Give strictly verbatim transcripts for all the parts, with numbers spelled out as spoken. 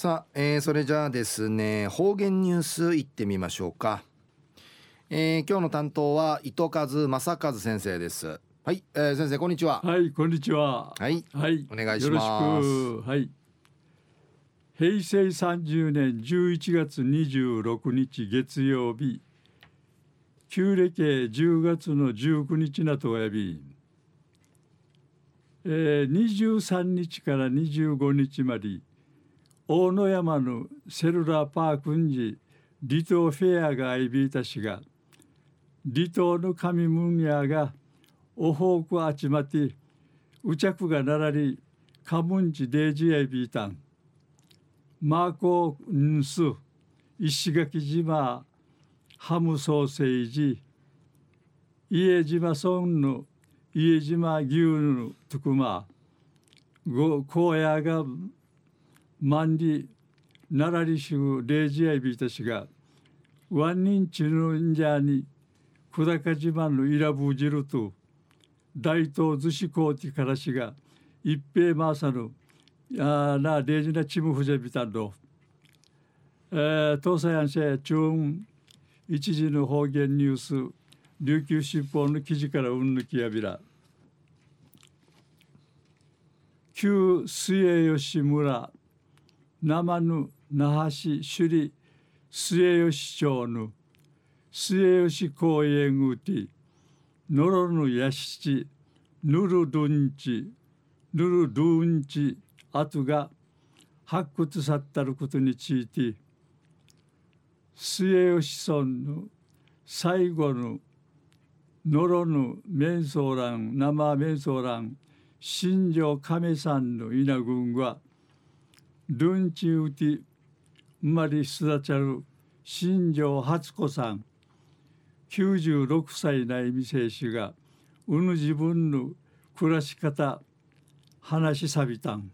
さあ、えーそれじゃあですね、方言ニュースいってみましょうか。えー今日の担当は糸数正和先生です。はい、えー先生こんにちは。 はい、こんにちは。 はい、 はい、 お願いしよろします。 く。はい。平成さんじゅうねんじゅういちがつにじゅうろくにち月曜日、旧暦じゅうがつのじゅうくにちなとおやび、えー、にじゅうさんにちからにじゅうごにちまで、大野山のセルラーパークんじ離島フェアがあいびいたしが、離島の神ムンヤがおほうくあちまて、うちゃくがならり、かむんちデージやいびいたん。マーコンス、石垣島、ハムソーセージ、家島村の家島牛のとくま、ご荒野が万里、ならりしゅレージやいびいたしが、ワンニンチのんじゃに、久高島のイラブジルと、大東寿司コーティからしが、一平マーサの、あーな、レージなチムフジャビタンド、えー、東西安社中一時の方言ニュース、琉球新報の記事からうんぬきやびら。旧末吉村、生ぬ那覇市首里末吉町の末吉公園うて、のろぬやしち、ぬるどんち、ぬるどんち、跡が発掘さったることについて、末吉村の最後ののろぬ面相蘭生面相蘭新庄亀さんの稲群はルンチウティ生まれ育ちゃる新庄初子さんきゅうじゅうろくさいないみせいしがうぬ自分の暮らし方話しさびたん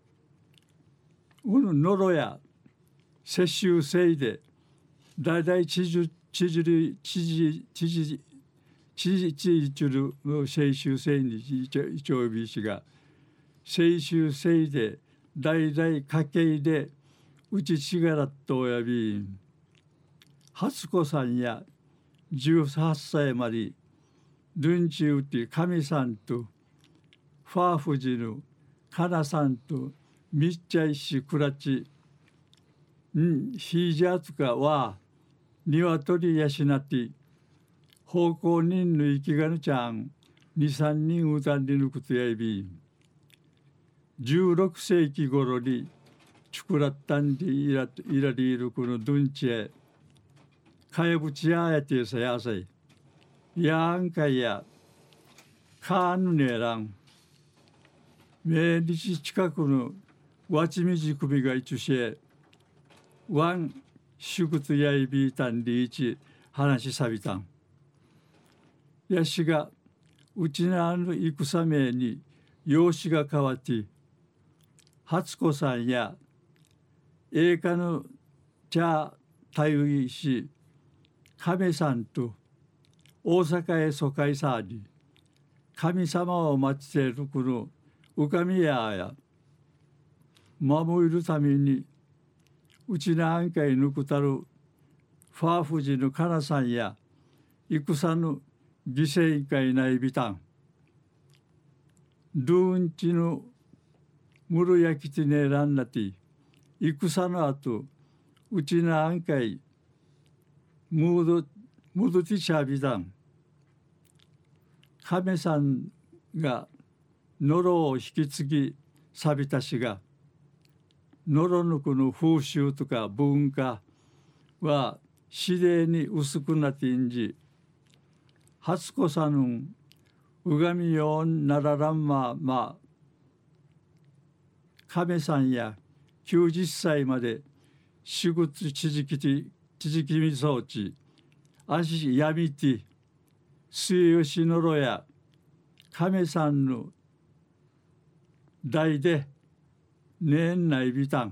うぬのろや接収せいでだいだいちじゅちじりちじちじちじちじる清修せいに一応びしが清修せいでだいだい家計でうちちがらっとおやび初子さんやじゅうはっさいまでルンチウティ神さんとファーフジのカナさんとみっちゃいしくらちんひいじゃつかは鶏やしなって方向人の生きがぬちゃんにさんにんうたんりぬくとやいびじゅうろくせいきごろにチュクラッタンでいらいらりいるこのドンチへかやぶちややてさやさいやんかいやかーぬねらん命日近くのわちみじ首が一しえワンシュクトやいびいたんりいち話しさびたんやしがうちなあの戦名に容姿が変わって初子さんや栄華の茶太夫し亀さんと大阪へ疎開さに神様を待ちているこのうかみやや守るためにうちなあんかいぬくたるファーフジのかなさんや戦の犠牲会ないびたんドゥンチのムルヤキティネランナティ戦の後うちなあんかいムードムードティチャービタン亀さんがノロを引き継ぎさびたしがノロのこの風習とか文化は次第に薄くなっていんじ初子さんうがみよんなららんまま亀さんやきゅうじゅっさいまで仕事ちじきてちじきみそうちあしやみて末吉のろや亀さんの代で年内びたん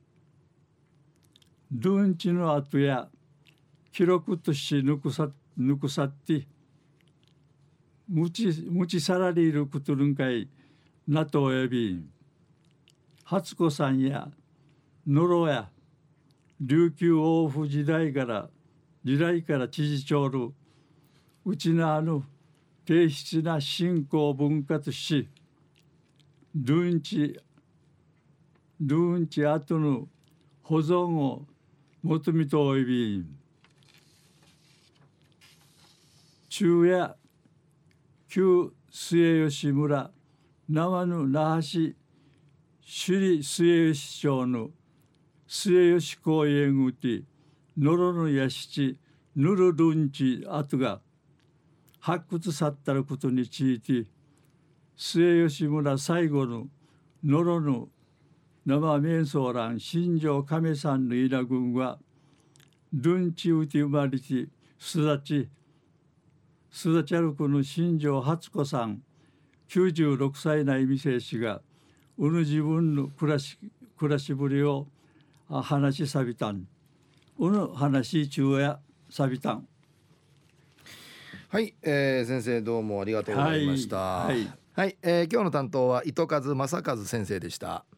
ドゥンチの後や記録として抜くさ抜くさってむちむちさらりいることるんかいなとおやび初子さんや野呂や琉球王府時代から時代から知事長るうちなあぬ低質な信仰文化としルンチルンチ後の保存を求めとおいびん中夜旧末吉村生ぬ那覇市首里末吉町の末吉公園うてのろのやしちぬるるんち跡が発掘さったることについて末吉村最後ののろの生面相蘭新庄亀さんの稲群はるんちうて生まれて育ち育ち歩くの新庄初子さんきゅうじゅうろくさいな意味生氏がうぬ自分の暮らし暮らしぶりを話しさびたんうぬ話中やさびたん。 はい、えー、先生どうもありがとうございました。 はい、はいはい、えー、今日の担当は糸数正和先生でした。